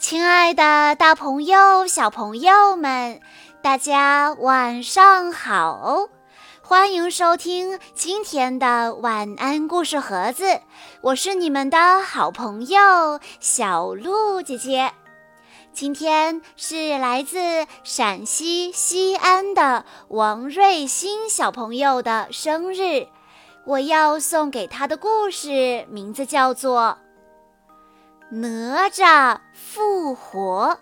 亲爱的大朋友、小朋友们，大家晚上好！欢迎收听今天的晚安故事盒子，我是你们的好朋友小鹿姐姐。今天是来自陕西西安的王瑞欣小朋友的生日，我要送给他的故事名字叫做哪吒复活。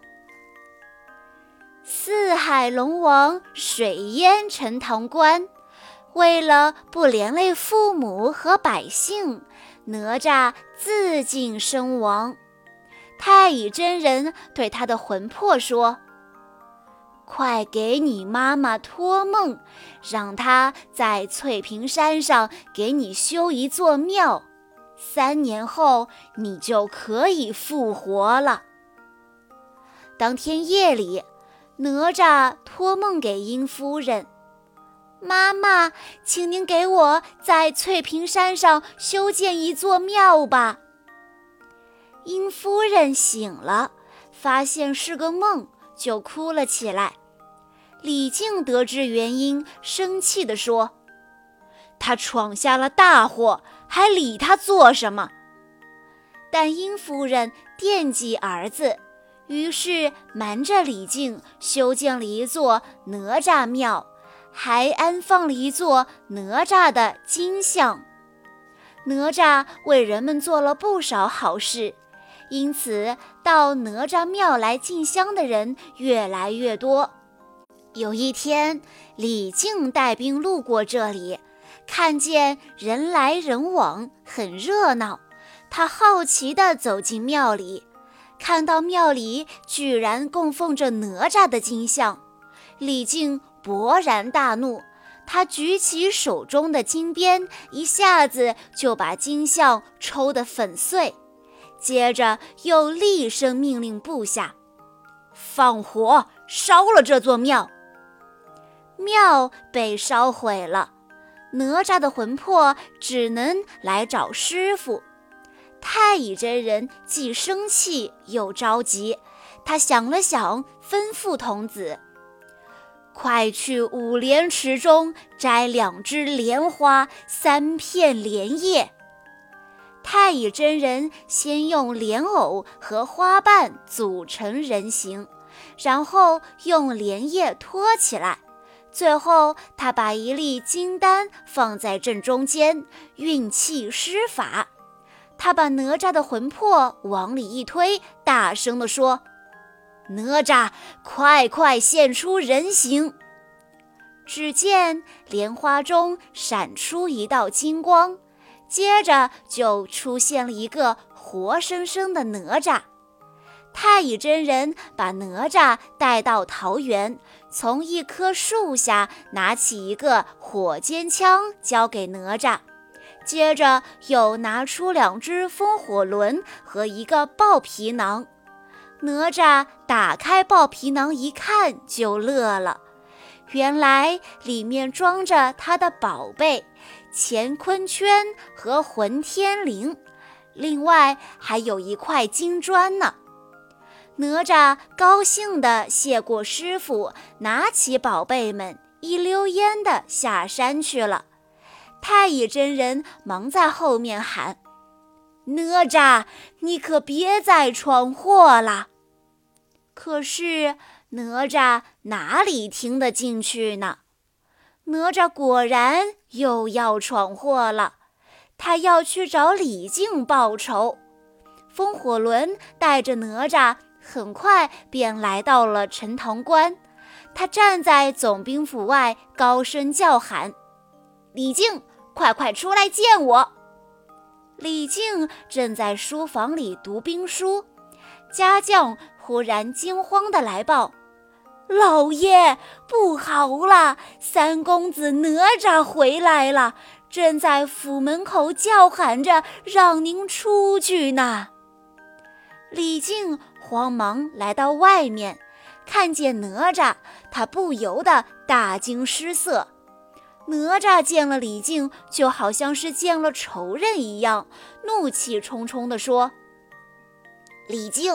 四海龙王水淹陈塘关，为了不连累父母和百姓，哪吒自尽身亡。太乙真人对他的魂魄说：快给你妈妈托梦，让她在翠屏山上给你修一座庙，3年后你就可以复活了。当天夜里，哪吒托梦给殷夫人：妈妈，请您给我在翠屏山上修建一座庙吧。殷夫人醒了，发现是个梦，就哭了起来。李靖得知原因，生气地说：他闯下了大祸，还理他做什么？但殷夫人惦记儿子，于是瞒着李靖修建了一座哪吒庙，还安放了一座哪吒的金像。哪吒为人们做了不少好事，因此到哪吒庙来进香的人越来越多。有一天，李靖带兵路过这里，看见人来人往，很热闹。他好奇地走进庙里，看到庙里居然供奉着哪吒的金像。李靖勃然大怒，他举起手中的金鞭，一下子就把金像抽得粉碎。接着又厉声命令部下放火烧了这座庙。庙被烧毁了，哪吒的魂魄只能来找师傅。太乙真人既生气又着急，他想了想，吩咐童子：快去五莲池中摘2枝莲花，3片莲叶。太乙真人先用莲藕和花瓣组成人形，然后用莲叶托起来，最后他把一粒金丹放在正中间，运气施法。他把哪吒的魂魄往里一推，大声地说：哪吒，快现出人形！只见莲花中闪出一道金光，接着就出现了一个活生生的哪吒。太乙真人把哪吒带到桃园，从一棵树下拿起一个火尖枪交给哪吒，接着又拿出2只风火轮和一个豹皮囊。哪吒打开豹皮囊一看就乐了，原来里面装着他的宝贝乾坤圈和混天绫，另外还有一块金砖呢。哪吒高兴地谢过师傅，拿起宝贝们一溜烟地下山去了。太乙真人忙在后面喊：哪吒，你可别再闯祸了。可是哪吒哪里听得进去呢？哪吒果然又要闯祸了，他要去找李靖报仇。风火轮带着哪吒很快便来到了陈塘关，他站在总兵府外高声叫喊：李靖，快出来见我！李靖正在书房里读兵书，家将忽然惊慌地来报：老爷，不好了，三公子哪吒回来了，正在府门口叫喊着让您出去呢。李靖慌忙来到外面，看见哪吒，他不由得大惊失色。哪吒见了李靖，就好像是见了仇人一样，怒气冲冲地说：李靖，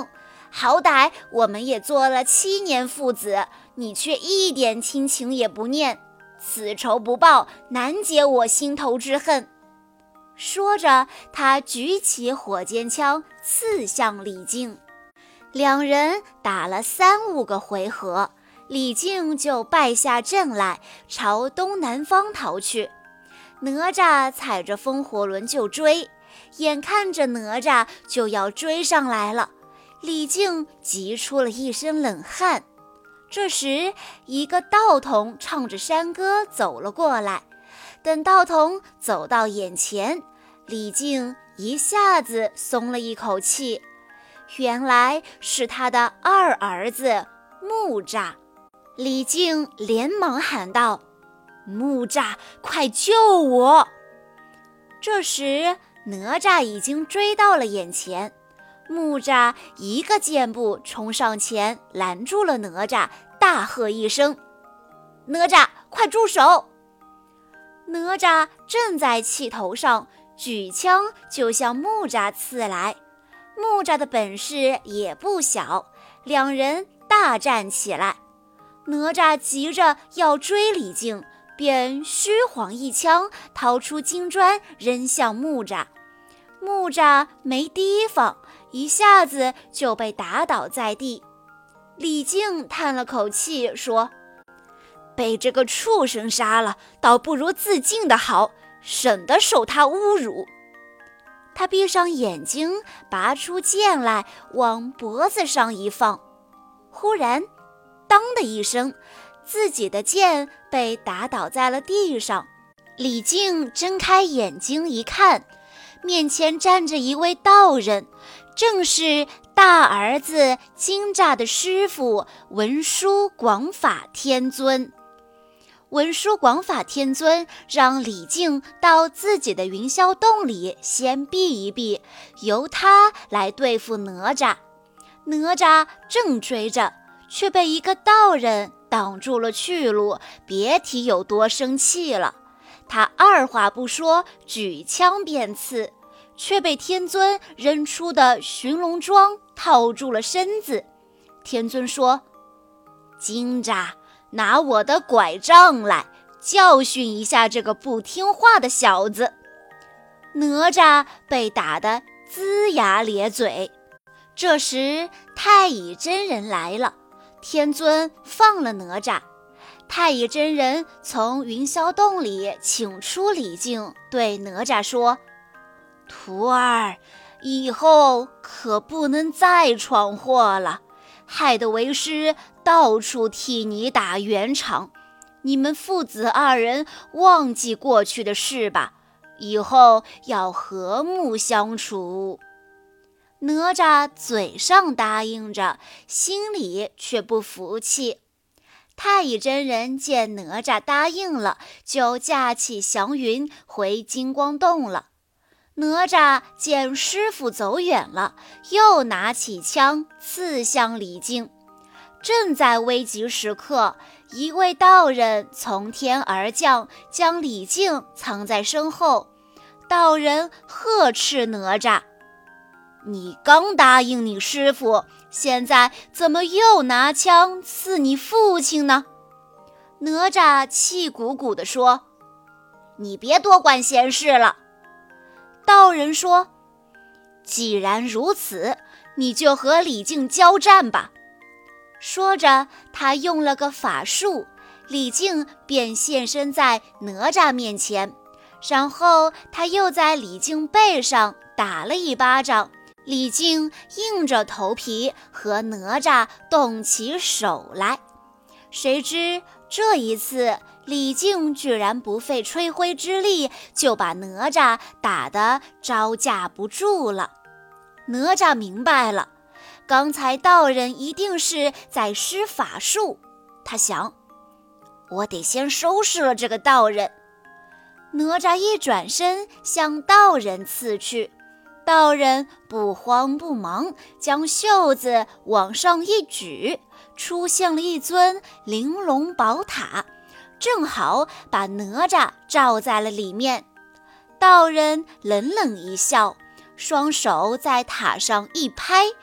好歹我们也做了7年父子，你却一点亲情也不念，此仇不报，难解我心头之恨。说着，他举起火尖枪刺向李靖。两人打了3-5个回合，李靖就败下阵来，朝东南方逃去。哪吒踩着风火轮就追，眼看着哪吒就要追上来了，李靖急出了一身冷汗。这时，一个道童唱着山歌走了过来。等道童走到眼前，李靖一下子松了一口气，原来是他的二儿子木吒。李靖连忙喊道：木吒，快救我！这时哪吒已经追到了眼前，木吒一个箭步冲上前拦住了哪吒，大喝一声：哪吒，快住手！哪吒正在气头上，举枪就向木吒刺来。木吒的本事也不小，两人大战起来。哪吒急着要追李靖，便虚晃一枪，掏出金砖扔向木吒。木吒没提防，一下子就被打倒在地。李靖叹了口气说：被这个畜生杀了，倒不如自尽的好，省得受他侮辱。他闭上眼睛，拔出剑来，往脖子上一放。忽然当的一声，自己的剑被打倒在了地上。李靖睁开眼睛一看，面前站着一位道人，正是大儿子金吒的师傅文殊广法天尊。文殊广法天尊让李靖到自己的云霄洞里先避一避，由他来对付哪吒。哪吒正追着，却被一个道人挡住了去路，别提有多生气了。他二话不说，举枪便刺，却被天尊扔出的寻龙桩套住了身子。天尊说：金吒，拿我的拐杖来，教训一下这个不听话的小子。哪吒被打得龇牙咧嘴。这时太乙真人来了，天尊放了哪吒。太乙真人从云霄洞里请出李靖，对哪吒说：徒儿，以后可不能再闯祸了，害得为师到处替你打圆场。你们父子二人忘记过去的事吧，以后要和睦相处。哪吒嘴上答应着，心里却不服气。太乙真人见哪吒答应了，就驾起祥云回金光洞了。哪吒见师傅走远了，又拿起枪刺向李靖。正在危急时刻，一位道人从天而降，将李靖藏在身后。道人呵斥哪吒：你刚答应你师傅，现在怎么又拿枪刺你父亲呢？哪吒气鼓鼓地说：你别多管闲事了。道人说：既然如此，你就和李靖交战吧。说着，他用了个法术，李靖便现身在哪吒面前，然后他又在李靖背上打了一巴掌。李靖硬着头皮和哪吒动起手来。谁知这一次，李靖居然不费吹灰之力，就把哪吒打得招架不住了。哪吒明白了，刚才道人一定是在施法术。他想，我得先收拾了这个道人。哪吒一转身向道人刺去，道人不慌不忙，将袖子往上一举，出现了一尊玲珑宝塔，正好把哪吒罩在了里面。道人冷冷一笑，双手在塔上一拍，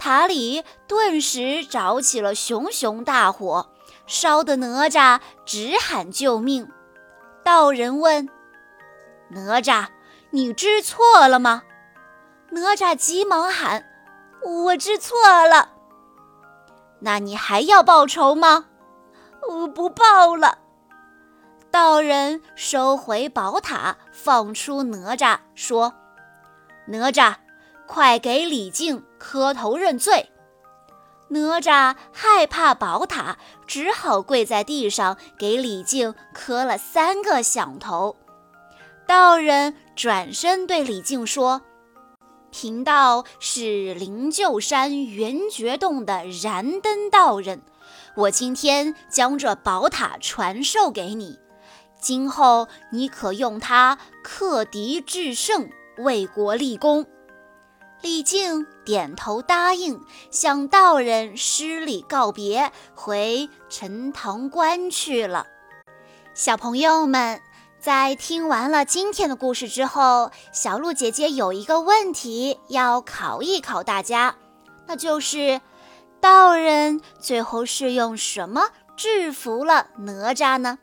塔里顿时着起了熊熊大火，烧得哪吒直喊救命。道人问：哪吒，你知错了吗？哪吒急忙喊：我知错了。那你还要报仇吗？不报了。道人收回宝塔，放出哪吒，说：哪吒，快给李靖磕头认罪。哪吒害怕宝塔，只好跪在地上给李靖磕了3个响头。道人转身对李靖说：贫道是灵鹫山圆觉洞的燃灯道人，我今天将这宝塔传授给你，今后你可用它克敌制胜，为国立功。李靖点头答应，向道人施礼告别，回陈塘关去了。小朋友们，在听完了今天的故事之后，小鹿姐姐有一个问题要考一考大家，那就是道人最后是用什么制服了哪吒呢？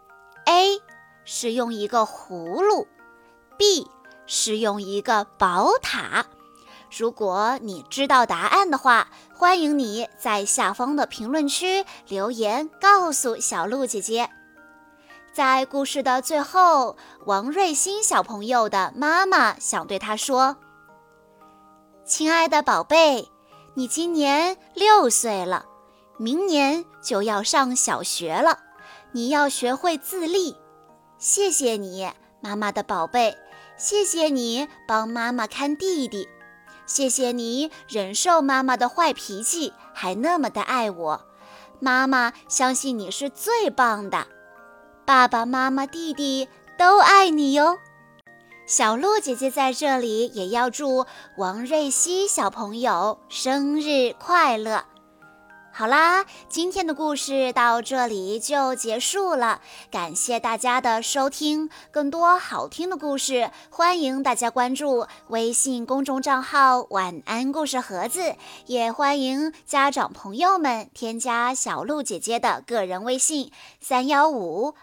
A 是用一个葫芦， B 是用一个宝塔。如果你知道答案的话，欢迎你在下方的评论区留言告诉小鹿姐姐。在故事的最后，王瑞欣小朋友的妈妈想对他说：亲爱的宝贝，你今年6岁了，明年就要上小学了，你要学会自立。谢谢你，妈妈的宝贝，谢谢你帮妈妈看弟弟，谢谢你忍受妈妈的坏脾气，还那么的爱我。妈妈相信你是最棒的，爸爸妈妈弟弟都爱你哟。小鹿姐姐在这里也要祝王瑞熙小朋友生日快乐。好啦，今天的故事到这里就结束了，感谢大家的收听。更多好听的故事，欢迎大家关注微信公众账号晚安故事盒子，也欢迎家长朋友们添加小鹿姐姐的个人微信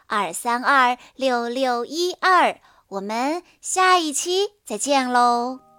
315-232-6612。我们下一期再见喽。